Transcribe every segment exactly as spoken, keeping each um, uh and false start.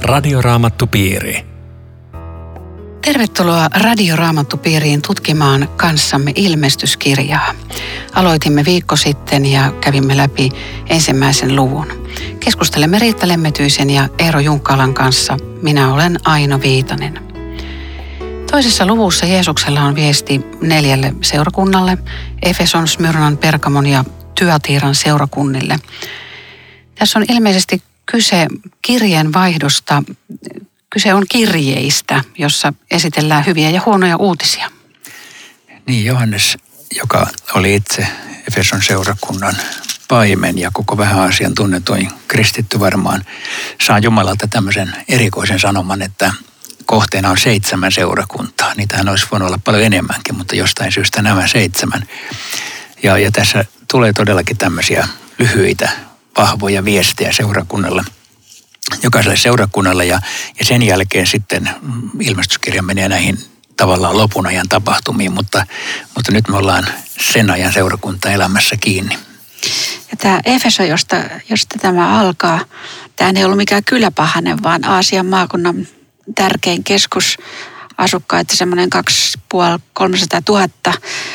Radioraamattupiiri. Tervetuloa Radioraamattupiiriin tutkimaan kanssamme ilmestyskirjaa. Aloitimme viikko sitten ja kävimme läpi ensimmäisen luvun. Keskustelemme Riitta Lemmetyisen ja Eero Junkkalan kanssa. Minä olen Aino Viitanen. Toisessa luvussa Jeesuksella on viesti neljälle seurakunnalle, Efeson, Smyrnan, Pergamon ja Tyatiiran seurakunnille. Tässä on ilmeisesti kyse kirjeen vaihdosta. Kyse on kirjeistä, jossa esitellään hyviä ja huonoja uutisia. Niin, Johannes, joka oli itse Efeson seurakunnan paimen ja koko vähän Aasian tunnetuin kristitty varmaan, saa Jumalalta tämmöisen erikoisen sanoman, että kohteena on seitsemän seurakuntaa. Niitähän olisi voinut olla paljon enemmänkin, mutta jostain syystä nämä seitsemän. Ja, ja tässä tulee todellakin tämmöisiä lyhyitä, vahvoja viestejä seurakunnalle. Jokaiselle seurakunnalle ja, ja sen jälkeen sitten ilmestyskirja menee näihin tavallaan lopun ajan tapahtumiin, mutta, mutta nyt me ollaan sen ajan seurakuntaelämässä kiinni. Ja tämä Efeso, josta, josta tämä alkaa, tämä ei ollut mikään kyläpahanen, vaan Aasian maakunnan tärkein keskus asukkaita, semmoinen kaksi puoli kolmesataa tuhatta.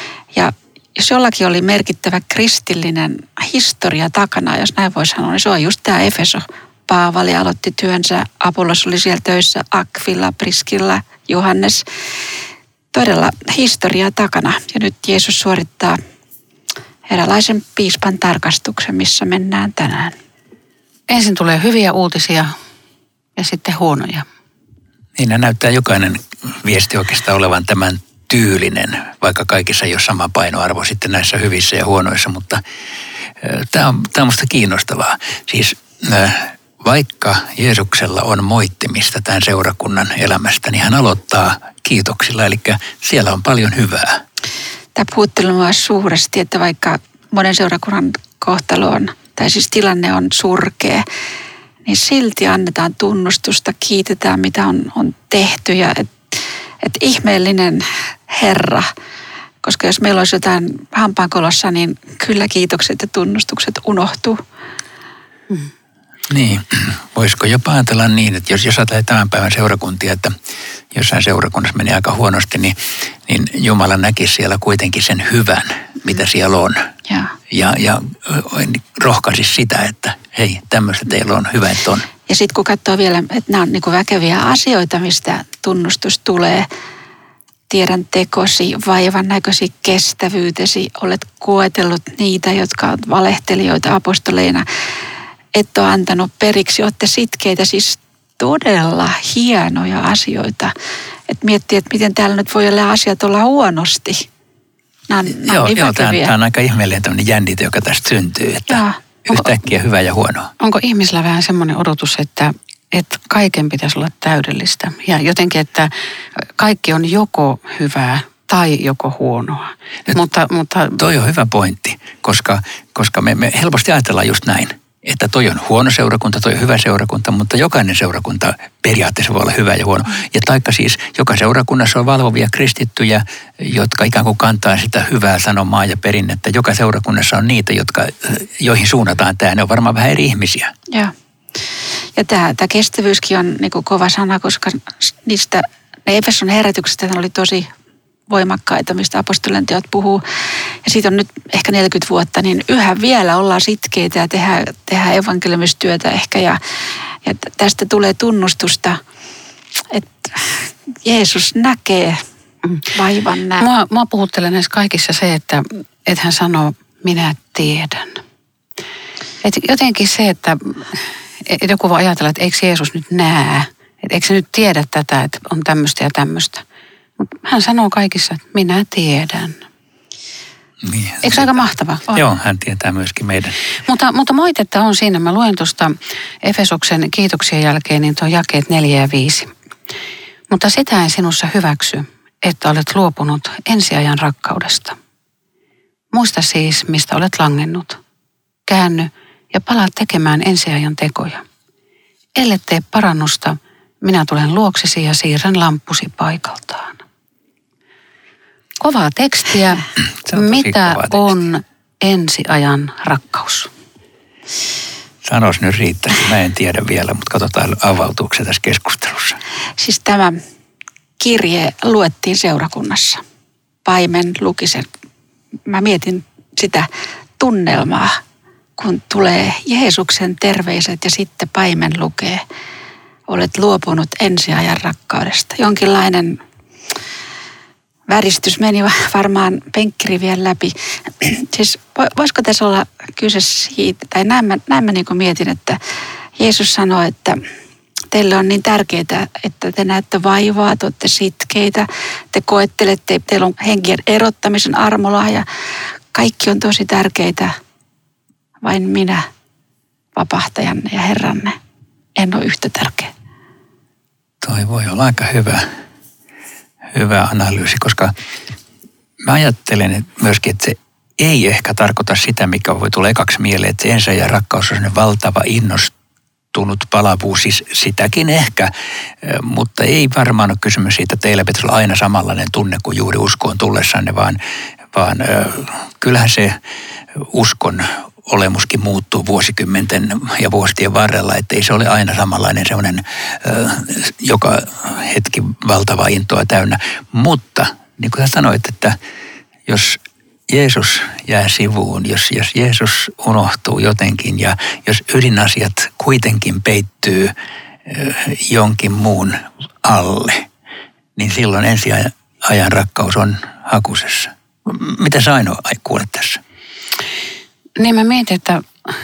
Ja jos jollakin oli merkittävä kristillinen historia takana, jos näin voi sanoa, niin se on just tämä Efeso. Paavali aloitti työnsä, Apollos oli siellä töissä, Akvila, Priskilla, Johannes. Todella historiaa takana. Ja nyt Jeesus suorittaa eräänlaisen piispan tarkastuksen, missä mennään tänään. Ensin tulee hyviä uutisia ja sitten huonoja. Niin, näyttää jokainen viesti oikeastaan olevan tämän tyylinen, vaikka kaikissa ei ole sama painoarvo sitten näissä hyvissä ja huonoissa, mutta tämä on, tämä on musta kiinnostavaa. Siis äh, vaikka Jeesuksella on moittimista tämän seurakunnan elämästä, niin hän aloittaa kiitoksilla, eli siellä on paljon hyvää. Tämä puhuttelu mua suuresti, että vaikka monen seurakunnan kohtalo on, tai siis tilanne on surkea, niin silti annetaan tunnustusta, kiitetään mitä on, on tehty ja että et ihmeellinen Herra, koska jos meillä olisi jotain hampaankolossa, niin kyllä kiitokset ja tunnustukset unohtuu. Mm. Niin, voisiko jopa ajatella niin, että jos, jos ajatellaan tämän päivän seurakuntia, että jossain seurakunnassa meni aika huonosti, niin, niin Jumala näki siellä kuitenkin sen hyvän, mitä siellä on. Ja, ja, ja rohkaisi sitä, että hei, tämmöistä teillä on, hyvä, että on. Ja sitten kun katsoo vielä, että nämä on niin kuin väkeviä asioita, mistä tunnustus tulee, tiedän tekosi, vaivan näkösi, kestävyytesi, olet koetellut niitä, jotka ovat valehtelijoita apostoleina, et ole antanut periksi, olette sitkeitä, siis todella hienoja asioita. Että miettii, että miten täällä nyt voi olla asiat olla huonosti. Nämä on, nämä joo, on niin joo tämä, on, väkeviä. tämä on aika ihmeellinen tämmöinen jännite, joka tästä syntyy, että Jaa. yhtäkkiä hyvä ja huono. Onko ihmisellä vähän semmoinen odotus, että, että kaiken pitäisi olla täydellistä ja jotenkin, että kaikki on joko hyvää tai joko huonoa. Mutta, mutta... Toi on hyvä pointti, koska, koska me, me helposti ajatellaan just näin, että toi on huono seurakunta, toi on hyvä seurakunta, mutta jokainen seurakunta periaatteessa voi olla hyvä ja huono. Ja taikka siis joka seurakunnassa on valvovia kristittyjä, jotka ikään kuin kantaa sitä hyvää sanomaa ja perinnettä. Joka seurakunnassa on niitä, jotka, joihin suunnataan tämä. Ne on varmaan vähän eri ihmisiä. Joo. Ja tämä, tämä kestävyyskin on niin kuin kova sana, koska niistä ne Efeson herätykset oli tosi voimakkaita, mistä apostolien teot puhuu. Ja siitä on nyt ehkä neljäkymmentä vuotta, niin yhä vielä ollaan sitkeitä ja tehdään, tehdään evankeliumistyötä ehkä. Ja, ja tästä tulee tunnustusta, että Jeesus näkee vaivan näin. Mua, mua puhuttelee näissä kaikissa se, että, että hän sanoo, minä tiedän. Et jotenkin se, että et joku voi ajatella, että eikö Jeesus nyt näe, että eikö se nyt tiedä tätä, että on tämmöistä ja tämmöistä. Mutta hän sanoo kaikissa, että minä tiedän. Niin, eikö se aika mahtavaa? On. Joo, hän tietää myöskin meidän. Mutta, mutta moitetta on siinä. Mä luen tuosta Efesoksen kiitoksien jälkeen, niin tuo jakeet neljä ja viisi. Mutta sitä en sinussa hyväksy, että olet luopunut ensiajan rakkaudesta. Muista siis, mistä olet langennut. Käänny ja palaa tekemään ensiajan tekoja. Ellet tee parannusta, minä tulen luoksesi ja siirrän lampusi paikaltaan. Kovaa tekstiä. On mitä kova teksti. on ensiajan rakkaus? Se Sanois nyt Riitta, mä en tiedä vielä, mutta katsotaan avautuuko se tässä keskustelussa. Siis tämä kirje luettiin seurakunnassa. Paimen luki sen. Mä mietin sitä tunnelmaa, kun tulee Jeesuksen terveiset ja sitten paimen lukee. Olet luopunut ensiajan rakkaudesta. Jonkinlainen väristys meni varmaan penkkirivien läpi. Siis voisiko tässä olla kyse siitä, tai näin mä, näin mä niin kuin mietin, että Jeesus sanoi, että teille on niin tärkeää, että te näette vaivaa, te olette sitkeitä, te koettelette, teillä on henkien erottamisen armolahja. Kaikki on tosi tärkeitä, vain minä, vapahtajanne ja Herranne, en ole yhtä tärkeä. Toi voi olla aika hyvä, hyvä analyysi, koska mä ajattelen myöskin, että se ei ehkä tarkoita sitä, mikä voi tulla ekaksi mieleen, että se ensiajan rakkaus on sellainen valtava innostunut palavuus, siis sitäkin ehkä, mutta ei varmaan ole kysymys siitä, että teillä pitäisi olla aina samanlainen tunne kuin juuri uskoon tullessanne, vaan, vaan kyllähän se uskon olemuskin muuttuu vuosikymmenten ja vuosien varrella, että ei se ole aina samanlainen sellainen joka hetki valtava intoa täynnä. Mutta niin kuin sä sanoit, että jos Jeesus jää sivuun, jos, jos Jeesus unohtuu jotenkin ja jos ydinasiat kuitenkin peittyy jonkin muun alle, niin silloin ensiajan rakkaus on hakusessa. Mitä sä Aino kuulet tässä? Niin mä mietin, että,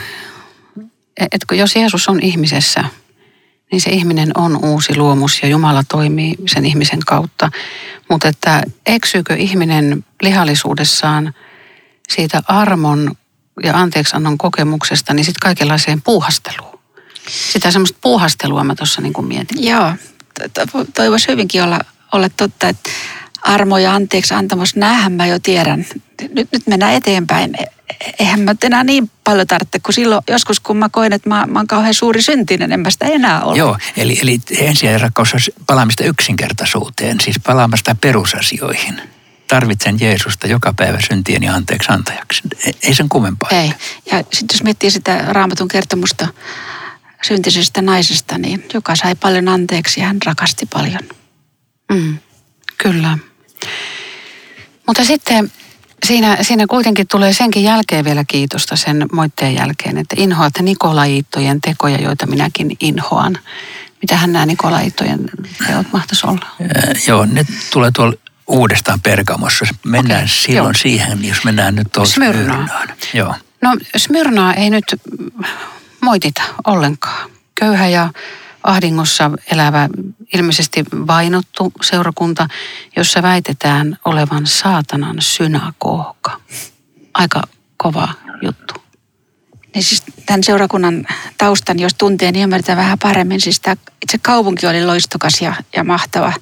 että jos Jeesus on ihmisessä, niin se ihminen on uusi luomus ja Jumala toimii sen ihmisen kautta. Mutta että eksyykö ihminen lihallisuudessaan siitä armon ja anteeksiannon kokemuksesta, niin sitten kaikenlaiseen puuhasteluun. Sitä semmoista puuhastelua mä tuossa niin kuin mietin. Joo, toi voisi hyvinkin olla, olla totta, että armo ja anteeksi antamus, näähän mä jo tiedän. Nyt, nyt mennään eteenpäin. Eihän mä enää niin paljon tarvitse, kun silloin joskus kun mä koen, että mä, mä oon kauhean suuri syntinen, en mä sitä enää ole. Joo, eli, eli ensiajan rakkaus on palaamista yksinkertaisuuteen, siis palaamasta perusasioihin. Tarvitsen Jeesusta joka päivä syntieni anteeksi antajaksi. Ei sen kummempaa. Ei, ja sitten jos miettii sitä Raamatun kertomusta syntisestä naisesta, niin joka sai paljon anteeksi ja hän rakasti paljon. Mm, kyllä. Mutta sitten Siinä, siinä kuitenkin tulee senkin jälkeen vielä kiitosta sen moitteen jälkeen, että inhoatte Nikolaittojen tekoja, joita minäkin inhoan. Mitähän nämä Nikolaittojen teot mahtaisi olla? Äh, joo, ne tulee tuolla uudestaan Pergamossa. Mennään okay, silloin joo. siihen, jos mennään nyt tuolla Smyrnaan. Joo. No Smyrnaa ei nyt moitita ollenkaan. Köyhä ja ahdingossa elävä, ilmeisesti vainottu seurakunta, jossa väitetään olevan saatanan synagoga. Aika kova juttu. Niin siis tämän seurakunnan taustan, jos tuntee, niin ymmärtää vähän paremmin. Siis tämä itse kaupunki oli loistokas ja, ja mahtava.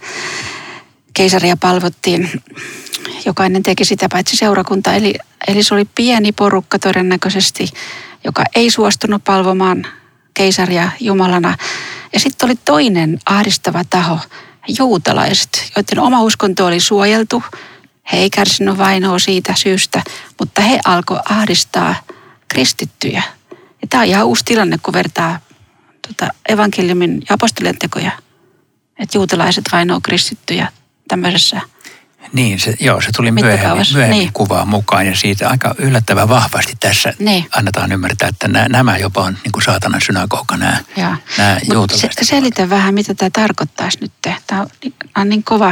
Keisaria palvottiin. Jokainen teki sitä paitsi seurakunta. Eli, eli se oli pieni porukka todennäköisesti, joka ei suostunut palvomaan keisaria Jumalana. Ja sitten oli toinen ahdistava taho, juutalaiset, joiden oma uskonto oli suojeltu. He ei kärsinyt vainoa siitä syystä, mutta he alkoi ahdistaa kristittyjä. Ja tämä on ihan uusi tilanne, kun vertaa tuota evankeliumin ja apostolien tekoja. Että juutalaiset vainoo kristittyjä tämmöisessä. Niin, se, joo, se tuli myöhemmin, myöhemmin niin. kuvaan mukaan ja siitä aika yllättävän vahvasti tässä niin. annetaan ymmärtää, että nämä jopa on niin kuin saatanan synagoga, nämä, nämä juutalaiset. Se, selitä vähän, mitä tämä tarkoittaisi nyt. Tämä on niin kova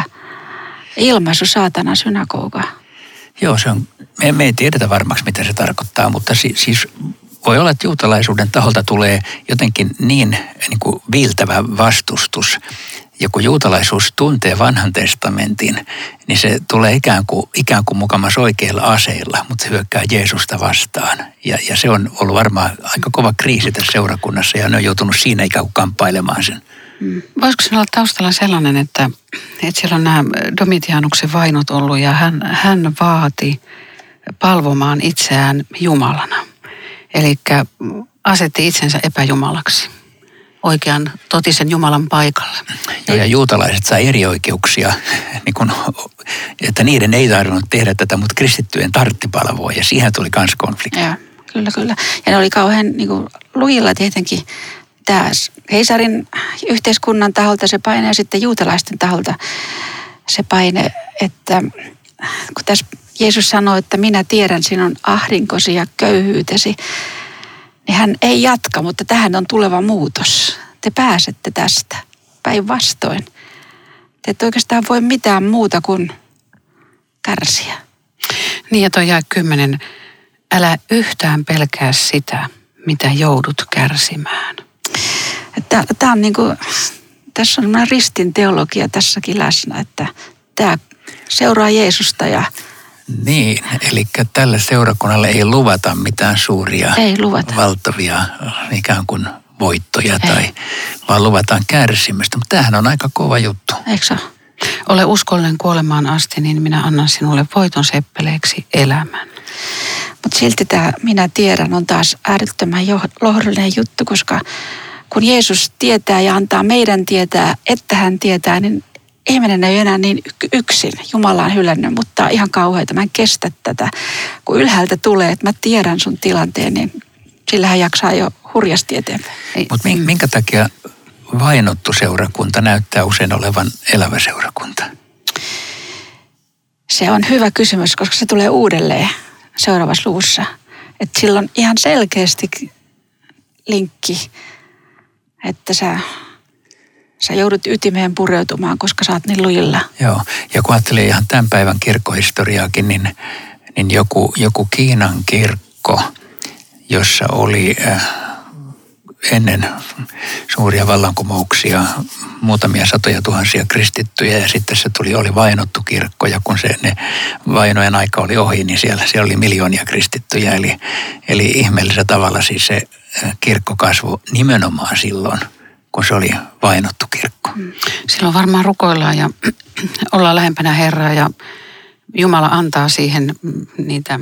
ilmaisu, saatanan synagoga. Joo, se on, me, me ei tiedetä varmaksi, mitä se tarkoittaa, mutta si, siis voi olla, että juutalaisuuden taholta tulee jotenkin niin, niin kuin viiltävä vastustus. Ja kun juutalaisuus tuntee vanhan testamentin, niin se tulee ikään kuin, ikään kuin mukamas oikeilla aseilla, mutta se hyökkää Jeesusta vastaan. Ja, ja se on ollut varmaan aika kova kriisi tässä seurakunnassa ja ne on joutunut siinä ikään kuin kamppailemaan sen. Mm. Voisiko se olla taustalla sellainen, että, että siellä on nämä Domitianuksen vainot ollut ja hän, hän vaati palvomaan itseään Jumalana. Eli asetti itsensä epäjumalaksi. Oikean totisen Jumalan paikalle. Joo, ja juutalaiset sai eri oikeuksia, niin kun, että niiden ei tarvinnut tehdä tätä, mutta kristittyjen tartti palvoa, ja siihen tuli myös konflikti. Joo, Kyllä, kyllä. Ja ne oli kauhean niin kuin, lujilla tietenkin tämä keisarin yhteiskunnan taholta se paine ja sitten juutalaisten taholta se paine, että kun tässä Jeesus sanoi, että minä tiedän sinun ahdinkosi ja köyhyytesi, niin hän ei jatka, mutta tähän on tuleva muutos. Te pääsette tästä päinvastoin. Te et oikeastaan voi mitään muuta kuin kärsiä. Niin ja toi jae kymmenen. Älä yhtään pelkää sitä, mitä joudut kärsimään. Tämä on niin kuin, tässä on ristin teologia tässäkin läsnä, että tämä seuraa Jeesusta ja... Niin, eli tälle seurakunnalle ei luvata mitään suuria, ei luvata. valtavia ikään kuin voittoja, ei. tai, vaan luvataan kärsimystä. Mutta tämähän on aika kova juttu. Eikö se ole? Ole uskollinen kuolemaan asti, niin minä annan sinulle voiton seppeleeksi elämän. Mutta silti tämä minä tiedän on taas äärettömän lohdullinen juttu, koska kun Jeesus tietää ja antaa meidän tietää, että hän tietää, niin ihminen ei ole enää niin yksin. Jumala on hylännyt, mutta on ihan kauheita. Mä en kestä tätä. Kun ylhäältä tulee, että mä tiedän sun tilanteen, niin sillä hän jaksaa jo hurjasti eteenpäin. Mutta minkä takia vainottu seurakunta näyttää usein olevan elävä seurakunta? Se on hyvä kysymys, koska se tulee uudelleen seuraavassa luvussa. Että sillä on ihan selkeästi linkki, että sä, sä joudut ytimeen pureutumaan, koska sä oot niin lujilla. Joo, ja kun ajattelee ihan tämän päivän kirkkohistoriaakin, niin, niin joku, joku Kiinan kirkko, jossa oli äh, ennen suuria vallankumouksia muutamia satoja tuhansia kristittyjä ja sitten se tuli, oli vainottu kirkko ja kun se ne vainojen aika oli ohi, niin siellä, siellä oli miljoonia kristittyjä. Eli, eli ihmeellisellä tavalla siis se kirkko kasvoi nimenomaan silloin, kun se oli vainottu kirkko. Silloin varmaan rukoillaan ja ollaan lähempänä Herraa ja Jumala antaa siihen niitä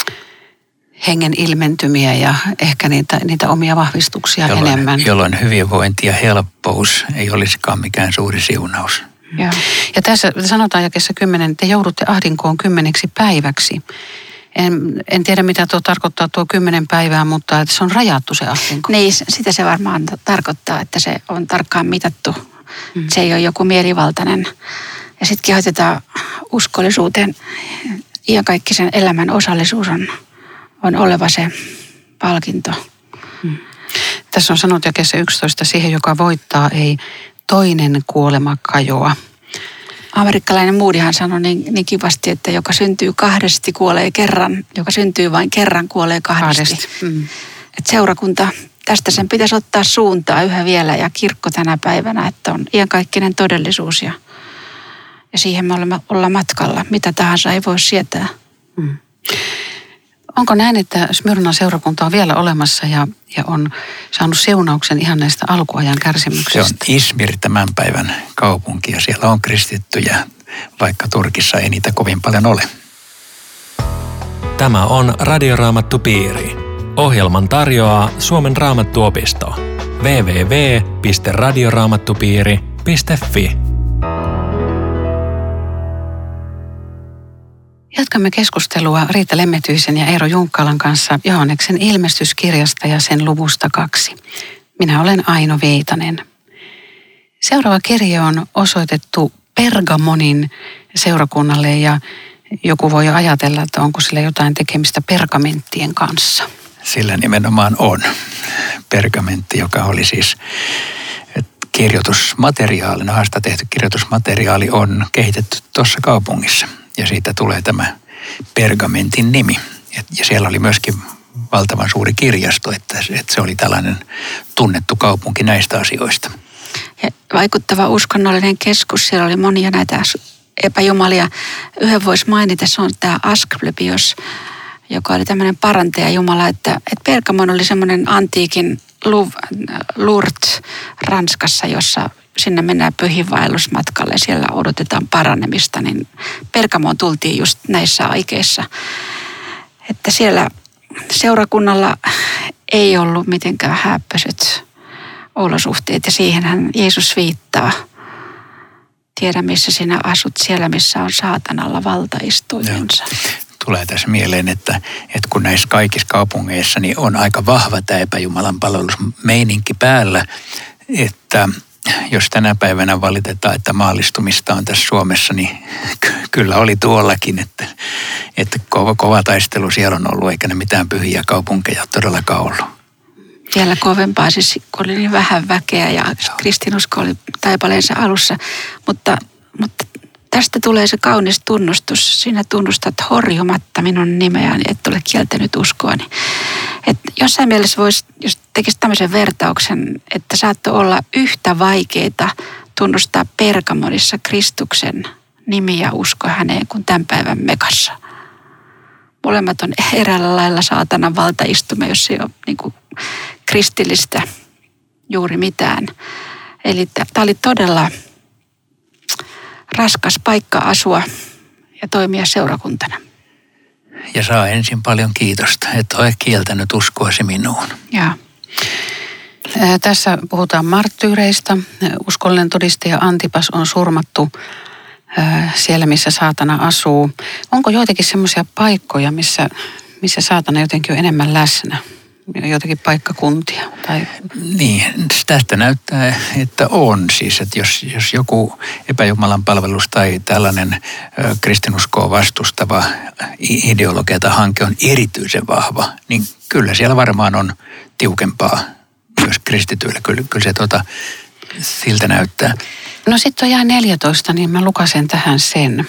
hengen ilmentymiä ja ehkä niitä, niitä omia vahvistuksia jolloin, enemmän. Jolloin hyvinvointi ja helppous ei olisikaan mikään suuri siunaus. Ja, ja tässä sanotaan jakeessa kymmenen, te joudutte ahdinkoon kymmeneksi päiväksi. En, en tiedä, mitä tuo tarkoittaa tuo kymmenen päivää, mutta että se on rajattu se ahdinko. Niin, sitä se varmaan tarkoittaa, että se on tarkkaan mitattu. Mm. Se ei ole joku mielivaltainen. Ja sitten kehotetaan uskollisuuteen. Iankaikkisen elämän osallisuus on, on oleva se palkinto. Mm. Tässä on sanottu jakeessa yksitoista, siihen joka voittaa ei toinen kuolema kajoa. Amerikkalainen Moodyhan sanoi niin, niin kivasti, että joka syntyy kahdesti kuolee kerran, joka syntyy vain kerran kuolee kahdesti. kahdesti. Mm. Et seurakunta, tästä sen pitäisi ottaa suuntaa yhä vielä ja kirkko tänä päivänä, että on iankaikkinen todellisuus ja, ja siihen me olemme olla matkalla. Mitä tahansa ei voi sietää. Mm. Onko näin, että Smyrnan seurakunta on vielä olemassa ja, ja on saanut siunauksen ihan näistä alkuajan kärsimyksistä? Se on Izmir tämän päivän kaupunki ja siellä on kristittyjä, vaikka Turkissa ei niitä kovin paljon ole. Tämä on Radioraamattupiiri. Ohjelman tarjoaa Suomen Raamattuopisto. double-u double-u double-u piste radioraamattupiiri piste fi. Jatkamme keskustelua Riitta Lemmetyisen ja Eero Junkkalan kanssa Johanneksen ilmestyskirjasta ja sen luvusta kaksi. Minä olen Aino Viitanen. Seuraava kirje on osoitettu Pergamonin seurakunnalle ja joku voi jo ajatella, että onko sillä jotain tekemistä pergamenttien kanssa. Sillä nimenomaan on. Pergamentti, joka oli siis kirjoitusmateriaali, nahasta tehty kirjoitusmateriaali on kehitetty tuossa kaupungissa. Ja siitä tulee tämä pergamentin nimi. Ja siellä oli myöskin valtavan suuri kirjasto, että se oli tällainen tunnettu kaupunki näistä asioista. Ja vaikuttava uskonnollinen keskus, siellä oli monia näitä epäjumalia. Yhden voisi mainita, se on tämä Asklepios, joka oli tämmöinen parantaja jumala, että, että Pergamon oli semmoinen antiikin Lourdes Ranskassa, jossa sinne mennään pyhiinvaellusmatkalle ja siellä odotetaan paranemista, niin Pergamoon tultiin just näissä aikeissa. Että siellä seurakunnalla ei ollut mitenkään hääppöiset olosuhteet ja siihenhän Jeesus viittaa. Tiedä, missä sinä asut, siellä missä on saatanalla valtaistuimensa. tulee tässä mieleen, että, että kun näissä kaikissa kaupungeissa niin on aika vahva tämä epäjumalan palvelusmeininki päällä, että jos tänä päivänä valitetaan, että maallistumista on tässä Suomessa, niin ky- kyllä oli tuollakin, että, että kova, kova taistelu siellä on ollut, eikä ne mitään pyhiä kaupunkeja todellakaan ollut. Vielä kovempaa, siis kun oli niin vähän väkeä ja kristinusko oli taipaleensa alussa, mutta, mutta tästä tulee se kaunis tunnustus. Sinä tunnustat horjumatta minun nimeäni, et ole kieltänyt uskoani. Että jossain mielessä voisi, jos tekisi tämmöisen vertauksen, että saattoi olla yhtä vaikeita tunnustaa Pergamonissa Kristuksen nimi ja usko häneen kuin tämän päivän Mekassa. Molemmat on eräällä lailla saatanan valtaistume, jos ei ole niin kuin kristillistä juuri mitään. Eli tämä oli todella raskas paikka asua ja toimia seurakuntana. Ja saa ensin paljon kiitosta, että olet kieltänyt uskoasi minuun. Ja. Tässä puhutaan marttyyreistä. Uskollinen todistaja Antipas on surmattu siellä, missä saatana asuu. Onko joitakin semmoisia paikkoja, missä, missä saatana jotenkin on enemmän läsnä? Joitakin paikkakuntia? Tai... Niin, tästä näyttää, että on siis, että jos, jos joku epäjumalan palvelus tai tällainen ö, kristinuskoa vastustava ideologia tai hanke on erityisen vahva, niin kyllä siellä varmaan on tiukempaa myös kristityillä. Kyllä, kyllä se tota, siltä näyttää. No sitten on jää neljätoista, niin mä lukasen tähän sen.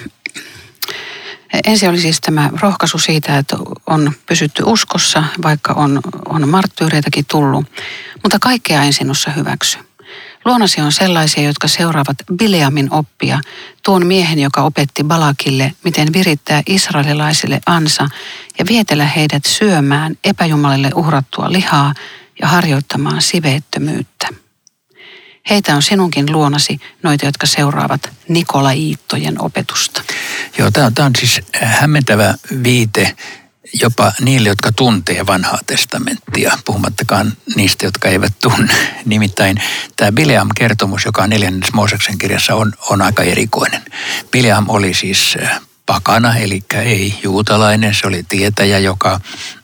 Ensin oli siis tämä rohkaisu siitä, että on pysytty uskossa, vaikka on, on marttyyreitäkin tullut, mutta kaikkea en sinussa hyväksy. Luonasi on sellaisia, jotka seuraavat Bileamin oppia, tuon miehen, joka opetti Balakille, miten virittää israelilaisille ansa ja vietellä heidät syömään epäjumalille uhrattua lihaa ja harjoittamaan siveettömyyttä. Heitä on sinunkin luonasi, noita, jotka seuraavat Nikolaiittojen opetusta. Joo, tämä on, tämä on siis hämmentävä viite jopa niille, jotka tuntee vanhaa testamenttia, puhumattakaan niistä, jotka eivät tunne. Nimittäin tämä Bileam-kertomus, joka on neljännes Mooseksen kirjassa, on, on aika erikoinen. Bileam oli siis pakana, eli ei juutalainen. Se oli tietäjä, joka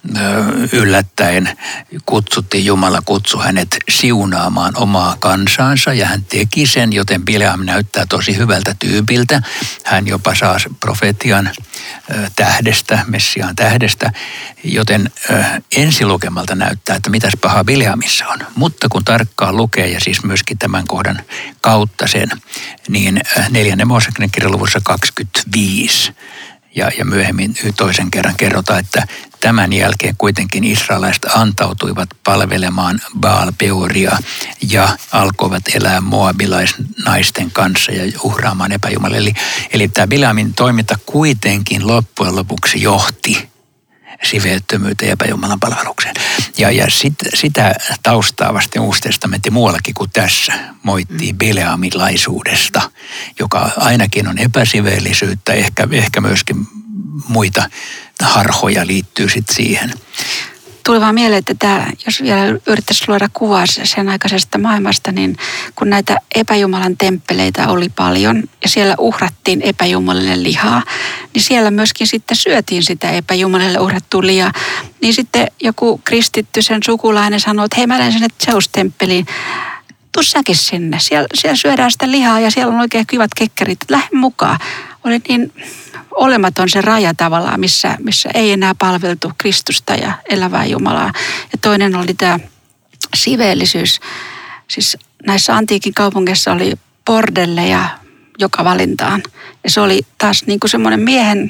yllättäen kutsuttiin, Jumala kutsui hänet siunaamaan omaa kansaansa ja hän teki sen, joten Bileam näyttää tosi hyvältä tyypiltä. Hän jopa saa profetian tähdestä, Messiaan tähdestä, joten ensilukemalta näyttää, että mitäs pahaa Bileamissa on. Mutta kun tarkkaan lukee ja siis myöskin tämän kohdan kautta sen, niin neljännen Mooseksen kirjan luvussa kaksikymmentäviisi ja, ja myöhemmin toisen kerran kerrotaan, että tämän jälkeen kuitenkin israelaiset antautuivat palvelemaan Baal-Peoria ja alkoivat elää moabilaisnaisten kanssa ja uhraamaan epäjumalia. Eli, eli tämä Bileamin toiminta kuitenkin loppujen lopuksi johti siveettömyyteen ja epäjumalan palvelukseen. Ja, ja sit, sitä taustaa vasten Uusi testamentti muuallakin kuin tässä moittii bileamilaisuudesta, joka ainakin on epäsiveellisyyttä, ehkä, ehkä myöskin muita harhoja liittyy sitten siihen. Tuli vaan mieleen, että tämä, jos vielä yrittäisi luoda kuvaa sen aikaisesta maailmasta, niin kun näitä epäjumalan temppeleitä oli paljon ja siellä uhrattiin epäjumalille lihaa, niin siellä myöskin sitten syötiin sitä epäjumalille uhrattua lihaa. Niin sitten joku kristitty, sen sukulainen sanoi, että hei, mä lähden sinne Zeus-temppeliin. Tuu säkin sinne. Siellä, siellä syödään sitä lihaa ja siellä on oikein kivat kekkerit. Lähde mukaan. Oli niin olematon se raja tavallaan, missä, missä ei enää palveltu Kristusta ja elävää Jumalaa. Ja toinen oli tämä siveellisyys. Siis näissä antiikin kaupungeissa oli bordelleja joka valintaan. Ja se oli taas niin kuin semmoinen miehen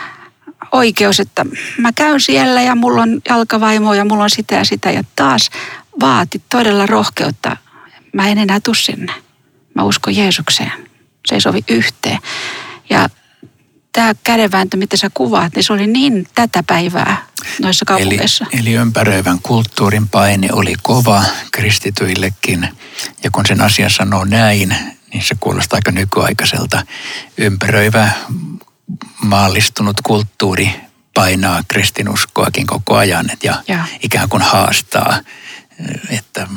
oikeus, että mä käyn siellä ja mulla on jalkavaimo ja mulla on sitä ja sitä. Ja taas vaati todella rohkeutta. Mä en enää tuu sinne. Mä uskon Jeesukseen. Se ei sovi yhteen. Ja tämä kädenvääntö, mitä sä kuvaat, niin se oli niin tätä päivää noissa kaupungeissa. Eli, eli ympäröivän kulttuurin paine oli kova kristityillekin. Ja kun sen asia sanoo näin, niin se kuulostaa aika nykyaikaiselta. Ympäröivä maallistunut kulttuuri painaa kristinuskoakin koko ajan ja, ja. ikään kuin haastaa, että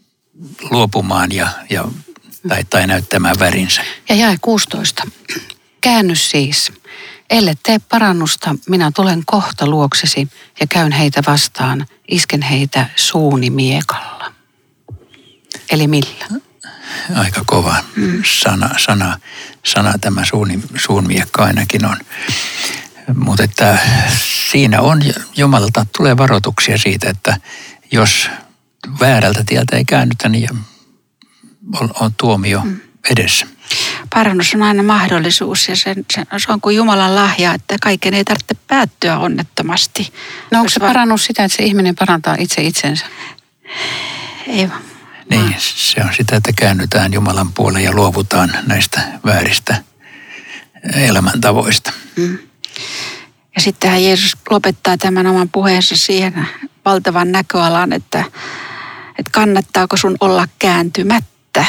luopumaan ja, ja tai, tai näyttämään värinsä. Ja jae kuusitoista. Käänny siis, Elle tee parannusta, minä tulen kohta luoksesi ja käyn heitä vastaan, isken heitä suuni miekalla. Eli millä? Aika kova mm. sana, sana, sana tämä suun, suun miekka ainakin on. Mutta että siinä on, Jumalalta tulee varoituksia siitä, että jos väärältä tieltä ei käännytä, niin on, on tuomio mm. edessä. Parannus on aina mahdollisuus ja se, se on kuin Jumalan lahja, että kaiken ei tarvitse päättyä onnettomasti. No onko se parannus sitä, että se ihminen parantaa itse itsensä? Ei. Niin, se on sitä, että käännytään Jumalan puoleen ja luovutaan näistä vääristä elämäntavoista. Mm. Ja sittenhän Jeesus lopettaa tämän oman puheensa siihen valtavan näköalan, että, että kannattaako sun olla kääntymättä.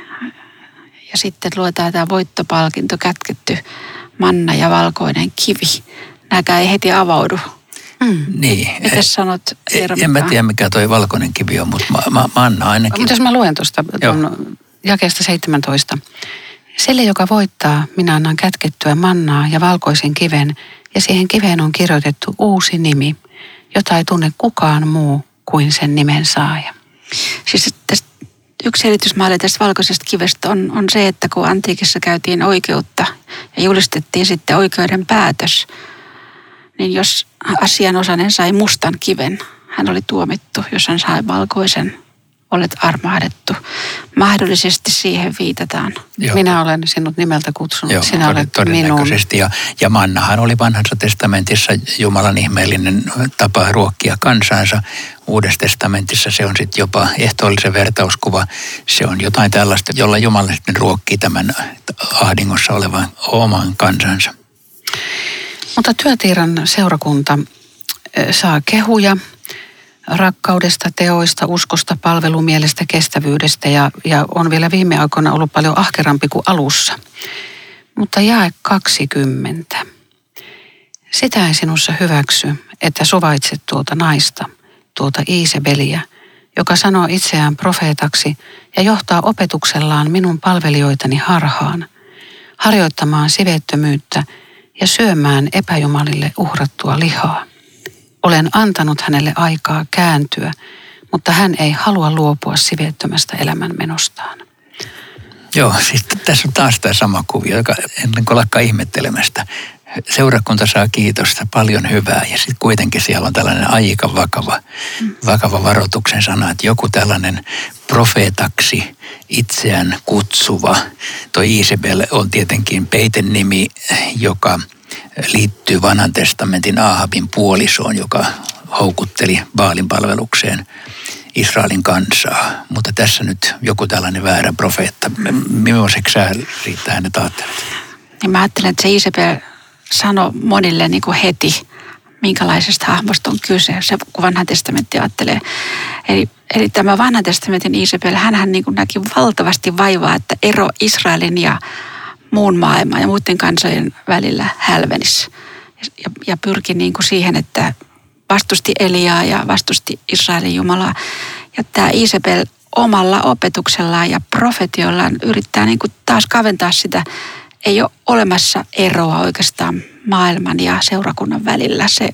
Ja sitten luetaan tämä voittopalkinto, kätketty manna ja valkoinen kivi. Nämäkään ei heti avaudu. Mm. Niin. Mitäs sanot, Eero? En mä tiedä, mikä toi valkoinen kivi on, mutta ma, ma, manna ainakin. Mutta jos mä luen tuosta jakeesta seitsemäntoista. Sille, joka voittaa, minä annan kätkettyä mannaa ja valkoisen kiven, ja siihen kiveen on kirjoitettu uusi nimi, jota ei tunne kukaan muu kuin sen nimen saaja. Siis tästä, yksi selitysmalli tästä valkoisesta kivestä on, on se, että kun antiikissa käytiin oikeutta ja julistettiin sitten oikeuden päätös, niin jos asianosainen sai mustan kiven, hän oli tuomittu. Jos hän sai valkoisen, olet armahdettu. Mahdollisesti siihen viitataan. Joo. Minä olen sinut nimeltä kutsunut, Joo, sinä olet todennäköisesti. Ja, ja mannahan oli vanhassa testamentissa Jumalan ihmeellinen tapa ruokkia kansansa. Uudessa testamentissa se on sitten jopa ehtoollisen vertauskuva. Se on jotain tällaista, jolla Jumala sitten ruokkii tämän ahdingossa olevan oman kansansa. Mutta Työtiiran seurakunta saa kehuja rakkaudesta, teoista, uskosta, palvelumielestä, kestävyydestä ja, ja on vielä viime aikoina ollut paljon ahkerampi kuin alussa. Mutta jae kaksikymmentä. Sitä ei sinussa hyväksy, että suvaitset tuota naista, tuota Iisebeliä, joka sanoo itseään profeetaksi ja johtaa opetuksellaan minun palvelijoitani harhaan, harjoittamaan siveettömyyttä ja syömään epäjumalille uhrattua lihaa. Olen antanut hänelle aikaa kääntyä, mutta hän ei halua luopua siveettömästä elämänmenostaan. Joo, siis tässä on taas tämä sama kuvio, joka ennen kuin lakkaa ihmettelemästä. Seurakunta saa kiitosta, paljon hyvää ja sitten kuitenkin siellä on tällainen aika vakava, vakava varoituksen sana, että joku tällainen profeetaksi itseään kutsuva, toi Iisebel on tietenkin peitennimi, joka liittyy vanhan testamentin Aahabin puolisoon, joka houkutteli Baalin palvelukseen Israelin kansaa. Mutta tässä nyt joku tällainen väärä profeetta. Millaiseksi sä riittää hänet ajattelet? Niin mä ajattelen, että se Iisebel sanoi monille niin kuin heti, minkälaisesta hahmosta on kyse, se kun vanha testamentti ajattelee. Eli, eli tämä vanhan testamentin Iisebel, hänhän niin kuin näki valtavasti vaivaa, että ero Israelin ja muun maailman ja muiden kansojen välillä hälvenisi. Ja, ja pyrki niin kuin siihen, että vastusti Eliaa ja vastusti Israelin Jumalaa. Ja tämä Iisebel omalla opetuksellaan ja profetiollaan yrittää niin kuin taas kaventaa sitä. Ei ole olemassa eroa oikeastaan maailman ja seurakunnan välillä. Se,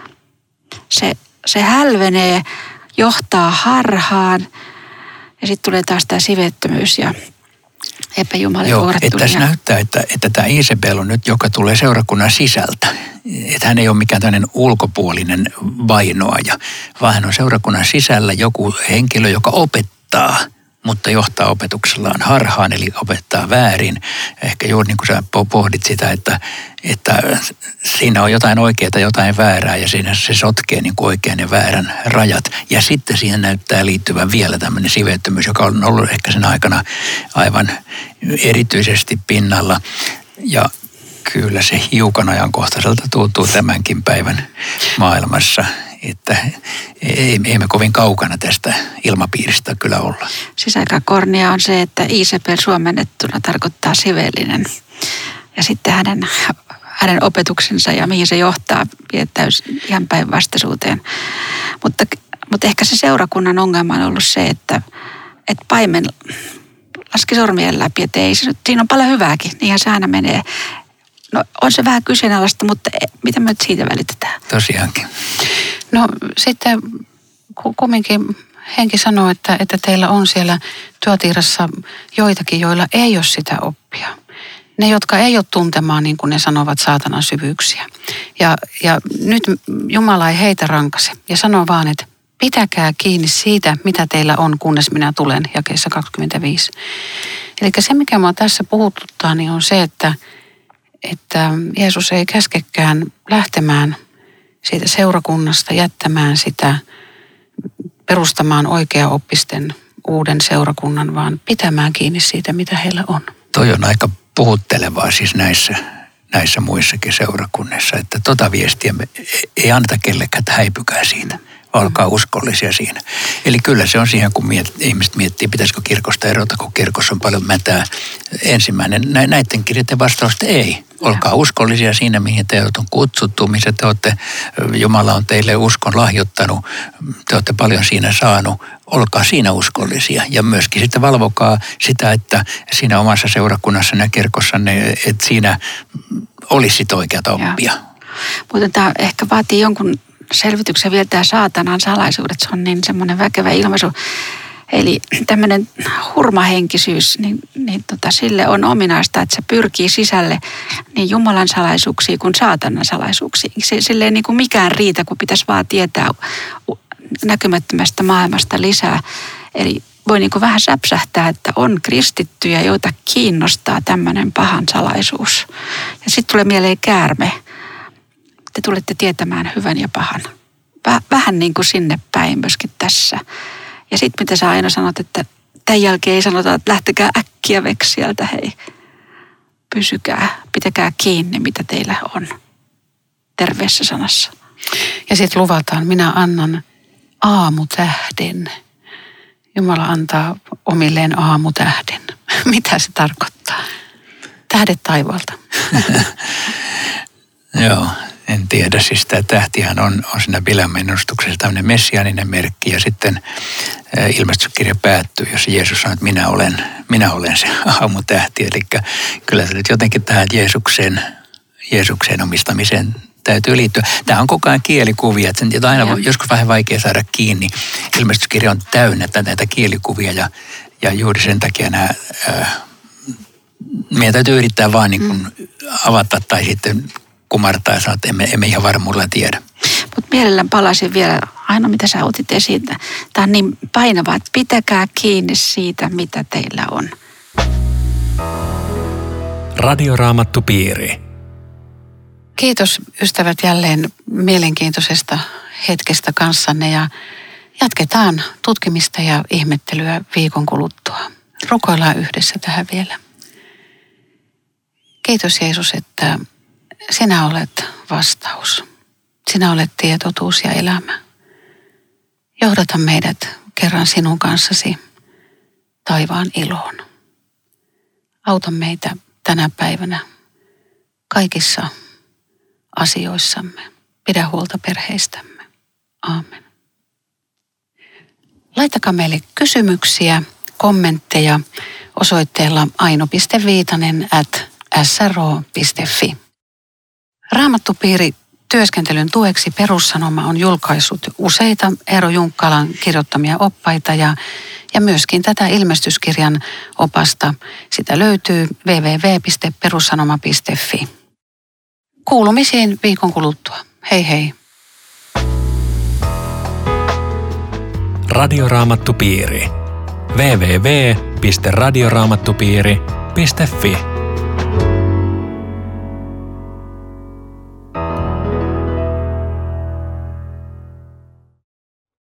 se, se hälvenee, johtaa harhaan ja sitten tulee taas tämä siveettömyys ja epäjumalin Joo, uhrattu. että tässä näyttää, että, että tämä Iisebel on nyt, joka tulee seurakunnan sisältä. Että hän ei ole mikään tämmöinen ulkopuolinen vainoaja, vaan hän on seurakunnan sisällä joku henkilö, joka opettaa, mutta johtaa opetuksellaan harhaan, eli opettaa väärin. Ehkä juuri niin kuin sä pohdit sitä, että, että siinä on jotain oikeaa, jotain väärää, ja siinä se sotkee niin kuin oikean ja väärän rajat. Ja sitten siihen näyttää liittyvän vielä tämmöinen siveettömyys, joka on ollut ehkä sen aikana aivan erityisesti pinnalla. Ja kyllä se hiukan ajankohtaiselta tuntuu tämänkin päivän maailmassa, että ei, ei me kovin kaukana tästä ilmapiiristä kyllä olla. Siis aika kornia on se, että Iisebel suomennettuna tarkoittaa siveellinen. Ja sitten hänen, hänen opetuksensa ja mihin se johtaa vie täysin ihan päinvastaisuuteen. Mutta, mutta ehkä se seurakunnan ongelma on ollut se, että, että paimen laski sormien läpi, että ei, siinä on paljon hyvääkin, niinhän se aina menee. no on se vähän kyseenalaista, mutta mitä me siitä välitetään? Tosiaankin. No sitten kumminkin henki sanoo, että, että teillä on siellä Tyatiirassa joitakin, joilla ei ole sitä oppia. Ne, jotka ei ole tuntemaan, niin kuin ne sanovat, saatanan syvyyksiä. Ja, ja nyt Jumala ei heitä rankase ja sanoo vaan, että pitäkää kiinni siitä, mitä teillä on, kunnes minä tulen, jakeessa kaksikymmentäviisi. Eli se, mikä minua tässä puhututtaa, niin on se, että, että Jeesus ei käskekään lähtemään siitä seurakunnasta, jättämään sitä, perustamaan oikeaoppisten uuden seurakunnan, vaan pitämään kiinni siitä, mitä heillä on. Toi on aika puhuttelevaa siis näissä, näissä muissakin seurakunnissa, että tota viestiä me ei anneta kellekään, että häipykää siitä. Olkaa uskollisia siinä. Eli kyllä se on siihen, kun miet, ihmiset miettii, pitäisikö kirkosta erota, kun kirkossa on paljon mätää. Ensimmäinen nä, näiden kirjoiden vastausta ei. Olkaa uskollisia siinä, mihin teidät on kutsuttu, missä te olette, Jumala on teille uskon lahjoittanut, te olette paljon siinä saanut. Olkaa siinä uskollisia ja myöskin sitten valvokaa sitä, että siinä omassa seurakunnassa ja kirkossanne, että siinä olisi sit oikeata oppia. Mutta tämä ehkä vaatii jonkun selvityksen vielä tämä saatanan salaisuudet, se on niin semmoinen väkevä ilmaisu. Eli tämmöinen hurmahenkisyys, niin, niin tota, sille on ominaista, että se pyrkii sisälle niin Jumalan salaisuuksiin kuin saatanan salaisuuksiin. Se, sille ei niin kuin mikään riitä, kun pitäisi vaan tietää näkymättömästä maailmasta lisää. Eli voi niin kuin vähän säpsähtää, että on kristittyjä, joita kiinnostaa tämmöinen pahan salaisuus. Ja sitten tulee mieleen käärme. Te tulette tietämään hyvän ja pahan. Vähän niin kuin sinne päin myöskin tässä. Ja sitten mitä sä aina sanot, että tämän jälkeen ei sanota, että lähtekää äkkiä veksi sieltä, hei. Pysykää, pitäkää kiinni, mitä teillä on terveessä sanassa. Ja sitten luvataan, minä annan aamutähden. Jumala antaa omilleen aamutähden. Mitä se tarkoittaa? Tähdet taivaalta. Joo. En tiedä, siis tämä tähtihän on, on siinä Bileamin ennustuksessa tämmöinen messiaaninen merkki ja sitten ilmestyskirja päättyy, jos Jeesus sanoo, että minä olen, minä olen se aamutähti. Eli kyllä se nyt jotenkin tähän Jeesuksen, Jeesuksen omistamiseen täytyy liittyä. Tämä on koko ajan kielikuvia, että sen aina ja. joskus vähän vaikea saada kiinni. Ilmestyskirja on täynnä näitä kielikuvia ja, ja juuri sen takia nämä, äh, meidän täytyy yrittää vaan niin kuin avata tai sitten kumartaa ja sanoa, että emme, emme ihan varmuudella tiedä. Mutta mielellään palasin vielä, aina mitä sä otit esiin. Tämä on niin painavaa, että pitäkää kiinni siitä, mitä teillä on. Radioraamattupiiri. Kiitos ystävät jälleen mielenkiintoisesta hetkestä kanssanne ja jatketaan tutkimista ja ihmettelyä viikon kuluttua. Rukoillaan yhdessä tähän vielä. Kiitos Jeesus, että sinä olet vastaus. Sinä olet tie, totuus ja elämä. Johdata meidät kerran sinun kanssasi taivaan iloon. Auta meitä tänä päivänä kaikissa asioissamme. Pidä huolta perheistämme. Aamen. Laittakaa meille kysymyksiä, kommentteja osoitteella aino.viitanen at s r o piste f i. Raamattupiiri työskentelyn tueksi Perussanoma on julkaissut useita Eero Junkkalan kirjoittamia oppaita ja, ja myöskin tätä ilmestyskirjan opasta. Sitä löytyy double-u double-u double-u piste perussanoma piste f i. Kuulumisiin viikon kuluttua. Hei hei. Radioraamattupiiri. double-u double-u double-u piste radioraamattupiiri piste f i